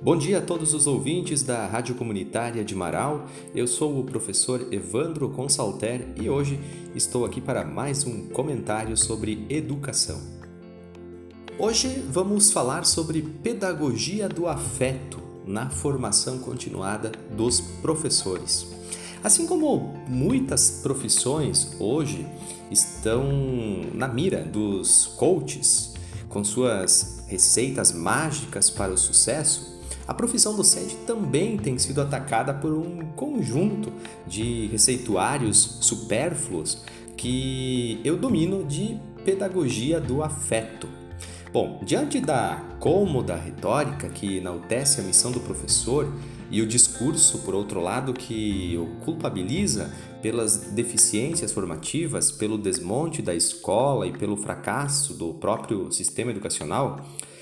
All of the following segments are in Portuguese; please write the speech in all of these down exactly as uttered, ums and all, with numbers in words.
Bom dia a todos os ouvintes da Rádio Comunitária de Marau. Eu sou o professor Evandro Consalter e hoje estou aqui para mais um comentário sobre educação. Hoje vamos falar sobre pedagogia do afeto na formação continuada dos professores. Assim como muitas profissões hoje estão na mira dos coaches com suas receitas mágicas para o sucesso, a profissão docente também tem sido atacada por um conjunto de receituários supérfluos que eu domino de pedagogia do afeto. Bom, diante da cômoda retórica que enaltece a missão do professor e o discurso, por outro lado, que o culpabiliza pelas deficiências formativas, pelo desmonte da escola e pelo fracasso do próprio sistema educacional,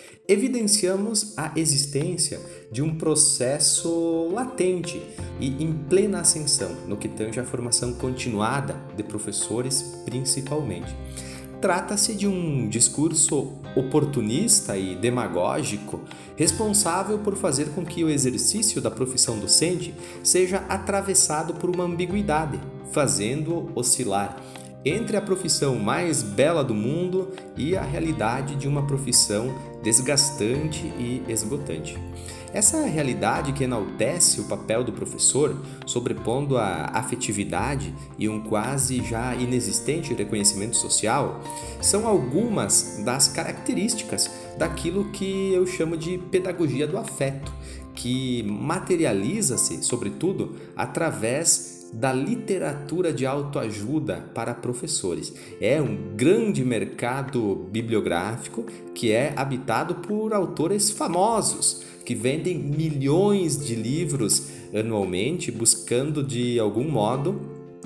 evidenciamos a existência de um processo latente e em plena ascensão no que tange à formação continuada de professores, principalmente. Trata-se de um discurso oportunista e demagógico, responsável por fazer com que o exercício da profissão docente seja atravessado por uma ambiguidade, fazendo-o oscilar entre a profissão mais bela do mundo e a realidade de uma profissão desgastante e esgotante. Essa realidade que enaltece o papel do professor, sobrepondo a afetividade e um quase já inexistente reconhecimento social, são algumas das características daquilo que eu chamo de pedagogia do afeto, que materializa-se, sobretudo, através da literatura de autoajuda para professores. É um grande mercado bibliográfico que é habitado por autores famosos, que vendem milhões de livros anualmente, buscando de algum modo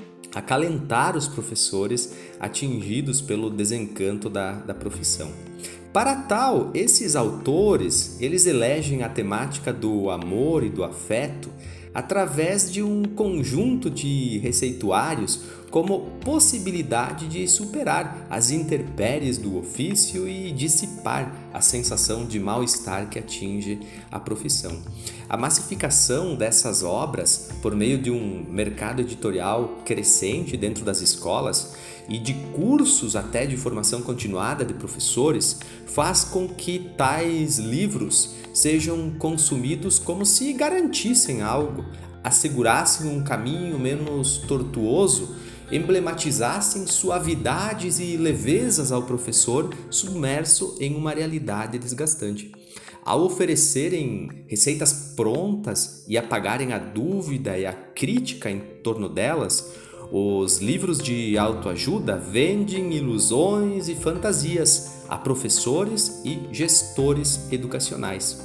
acalentar os professores atingidos pelo desencanto da, da profissão. Para tal, esses autores, eles elegem a temática do amor e do afeto através de um conjunto de receituários como possibilidade de superar as intempéries do ofício e dissipar a sensação de mal-estar que atinge a profissão. A massificação dessas obras, por meio de um mercado editorial crescente dentro das escolas e de cursos até de formação continuada de professores, faz com que tais livros sejam consumidos como se garantissem algo, assegurassem um caminho menos tortuoso, emblematizassem suavidades e levezas ao professor submerso em uma realidade desgastante. Ao oferecerem receitas prontas e apagarem a dúvida e a crítica em torno delas, os livros de autoajuda vendem ilusões e fantasias a professores e gestores educacionais.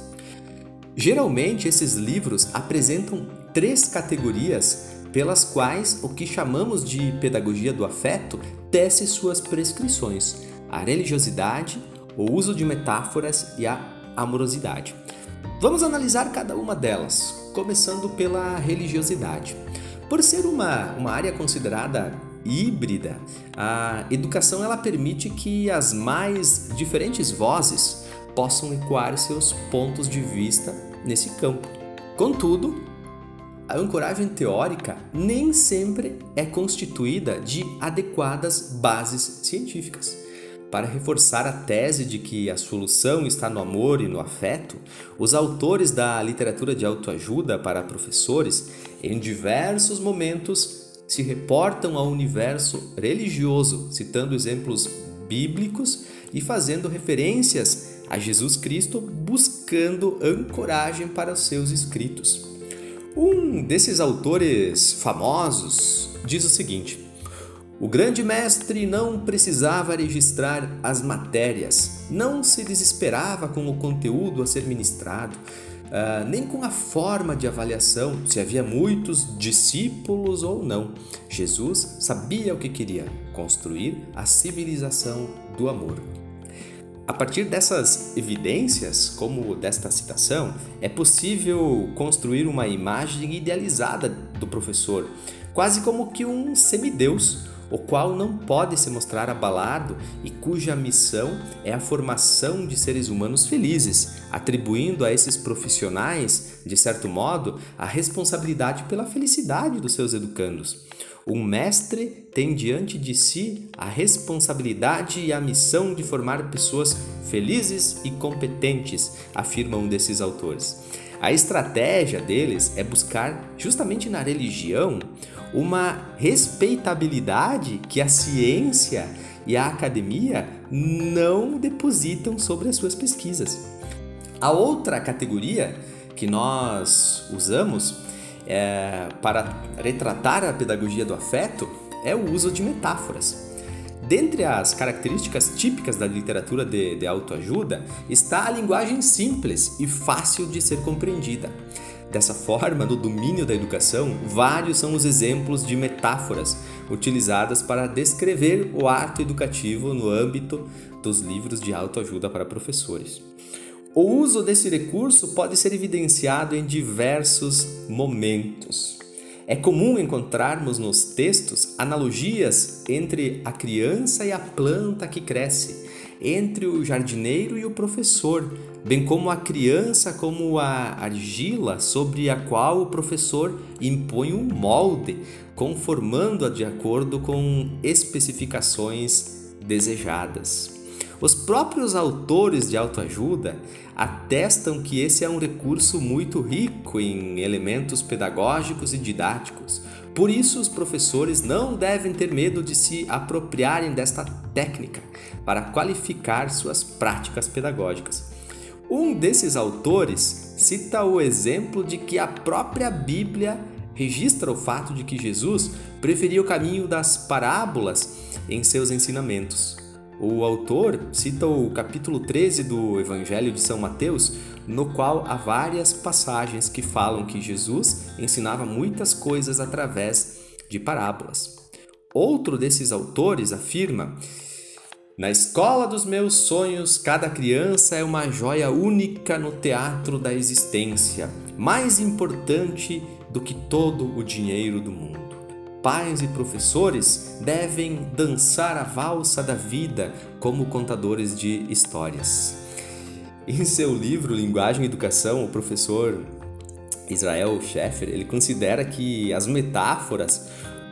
Geralmente, esses livros apresentam três categorias pelas quais o que chamamos de pedagogia do afeto tece suas prescrições: a religiosidade, o uso de metáforas e a amorosidade. Vamos analisar cada uma delas, começando pela religiosidade. Por ser uma, uma área considerada híbrida, a educação ela permite que as mais diferentes vozes possam ecoar seus pontos de vista nesse campo. Contudo, a ancoragem teórica nem sempre é constituída de adequadas bases científicas. Para reforçar a tese de que a solução está no amor e no afeto, os autores da literatura de autoajuda para professores, em diversos momentos, se reportam ao universo religioso, citando exemplos bíblicos e fazendo referências a Jesus Cristo, buscando ancoragem para os seus escritos. Um desses autores famosos diz o seguinte: o grande mestre não precisava registrar as matérias, não se desesperava com o conteúdo a ser ministrado, uh, nem com a forma de avaliação, se havia muitos discípulos ou não. Jesus sabia o que queria: construir a civilização do amor. A partir dessas evidências, como desta citação, é possível construir uma imagem idealizada do professor, quase como que um semideus, o qual não pode se mostrar abalado e cuja missão é a formação de seres humanos felizes, atribuindo a esses profissionais, de certo modo, a responsabilidade pela felicidade dos seus educandos. Um mestre tem diante de si a responsabilidade e a missão de formar pessoas felizes e competentes, afirma um desses autores. A estratégia deles é buscar, justamente na religião, uma respeitabilidade que a ciência e a academia não depositam sobre as suas pesquisas. A outra categoria que nós usamos é, para retratar a pedagogia do afeto é o uso de metáforas. Dentre as características típicas da literatura de, de autoajuda está a linguagem simples e fácil de ser compreendida. Dessa forma, no domínio da educação, vários são os exemplos de metáforas utilizadas para descrever o ato educativo no âmbito dos livros de autoajuda para professores. O uso desse recurso pode ser evidenciado em diversos momentos. É comum encontrarmos nos textos analogias entre a criança e a planta que cresce, entre o jardineiro e o professor, bem como a criança como a argila sobre a qual o professor impõe um molde, conformando-a de acordo com especificações desejadas. Os próprios autores de autoajuda atestam que esse é um recurso muito rico em elementos pedagógicos e didáticos. Por isso, os professores não devem ter medo de se apropriarem desta técnica para qualificar suas práticas pedagógicas. Um desses autores cita o exemplo de que a própria Bíblia registra o fato de que Jesus preferia o caminho das parábolas em seus ensinamentos. O autor cita o capítulo treze do Evangelho de São Mateus, no qual há várias passagens que falam que Jesus ensinava muitas coisas através de parábolas. Outro desses autores afirma: na escola dos meus sonhos, cada criança é uma joia única no teatro da existência, mais importante do que todo o dinheiro do mundo. Pais e professores devem dançar a valsa da vida como contadores de histórias. Em seu livro Linguagem e Educação, o professor Israel Scheffer, ele considera que as metáforas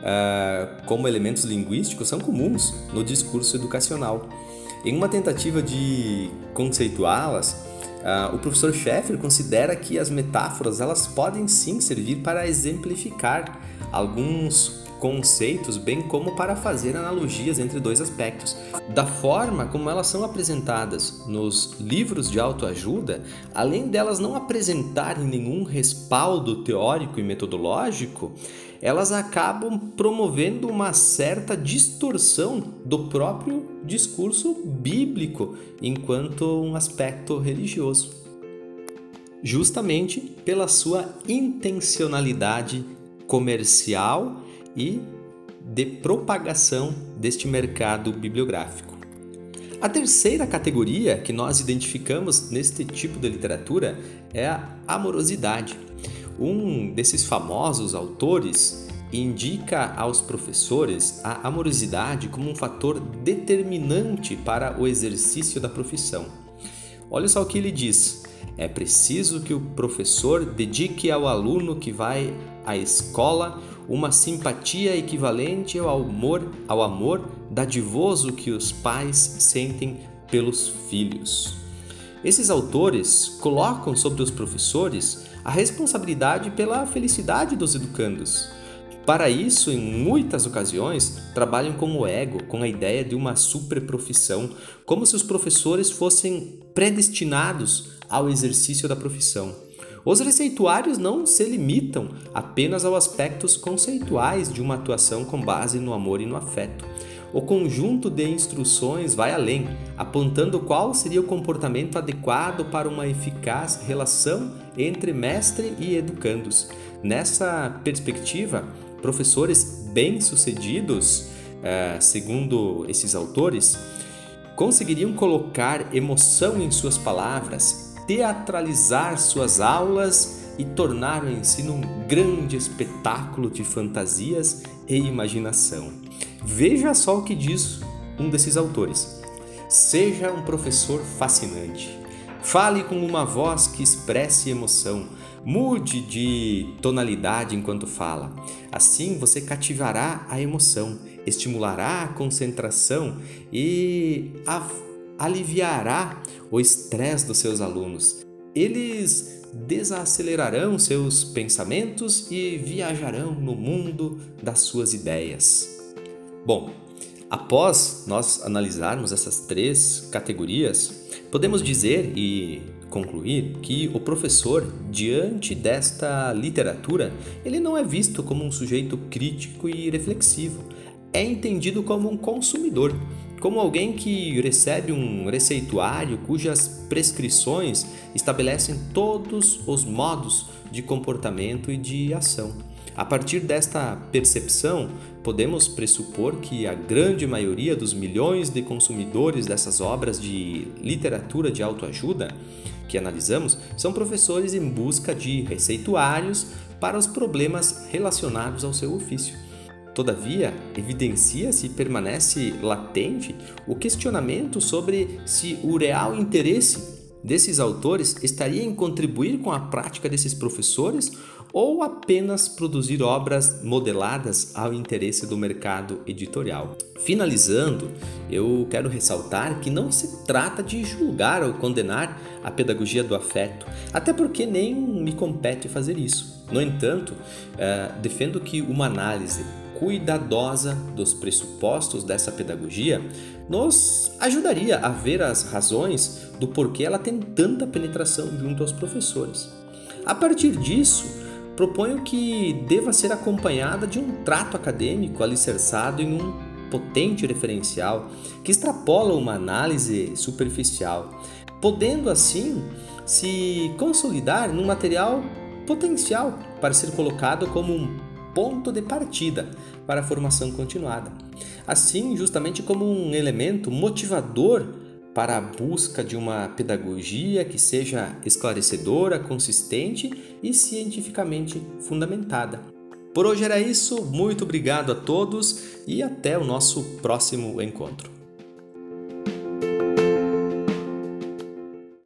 uh, como elementos linguísticos são comuns no discurso educacional. Em uma tentativa de conceituá-las, uh, o professor Scheffer considera que as metáforas elas podem sim servir para exemplificar alguns conceitos, bem como para fazer analogias entre dois aspectos. Da forma como elas são apresentadas nos livros de autoajuda, além delas não apresentarem nenhum respaldo teórico e metodológico, elas acabam promovendo uma certa distorção do próprio discurso bíblico enquanto um aspecto religioso, justamente pela sua intencionalidade comercial e de propagação deste mercado bibliográfico. A terceira categoria que nós identificamos neste tipo de literatura é a amorosidade. Um desses famosos autores indica aos professores a amorosidade como um fator determinante para o exercício da profissão. Olha só o que ele diz: é preciso que o professor dedique ao aluno que vai à escola uma simpatia equivalente ao amor, ao amor dadivoso que os pais sentem pelos filhos. Esses autores colocam sobre os professores a responsabilidade pela felicidade dos educandos. Para isso, em muitas ocasiões, trabalham com o ego, com a ideia de uma superprofissão, como se os professores fossem predestinados ao exercício da profissão. Os receituários não se limitam apenas aos aspectos conceituais de uma atuação com base no amor e no afeto. O conjunto de instruções vai além, apontando qual seria o comportamento adequado para uma eficaz relação entre mestre e educandos. Nessa perspectiva, professores bem-sucedidos, segundo esses autores, conseguiriam colocar emoção em suas palavras, teatralizar suas aulas e tornar o ensino um grande espetáculo de fantasias e imaginação. Veja só o que diz um desses autores. Seja um professor fascinante. Fale com uma voz que expresse emoção. Mude de tonalidade enquanto fala. Assim você cativará a emoção, estimulará a concentração e a aliviará o estresse dos seus alunos. Eles desacelerarão seus pensamentos e viajarão no mundo das suas ideias. Bom, após nós analisarmos essas três categorias, podemos dizer e concluir que o professor, diante desta literatura, ele não é visto como um sujeito crítico e reflexivo. É entendido como um consumidor, como alguém que recebe um receituário cujas prescrições estabelecem todos os modos de comportamento e de ação. A partir desta percepção, podemos pressupor que a grande maioria dos milhões de consumidores dessas obras de literatura de autoajuda que analisamos são professores em busca de receituários para os problemas relacionados ao seu ofício. Todavia, evidencia-se e permanece latente o questionamento sobre se o real interesse desses autores estaria em contribuir com a prática desses professores ou apenas produzir obras modeladas ao interesse do mercado editorial. Finalizando, eu quero ressaltar que não se trata de julgar ou condenar a pedagogia do afeto, até porque nem me compete fazer isso. No entanto, eh, defendo que uma análise cuidadosa dos pressupostos dessa pedagogia nos ajudaria a ver as razões do porquê ela tem tanta penetração junto aos professores. A partir disso, proponho que deva ser acompanhada de um trato acadêmico alicerçado em um potente referencial que extrapola uma análise superficial, podendo assim se consolidar num material potencial para ser colocado como um ponto de partida para a formação continuada. Assim, justamente como um elemento motivador para a busca de uma pedagogia que seja esclarecedora, consistente e cientificamente fundamentada. Por hoje era isso, muito obrigado a todos e até o nosso próximo encontro.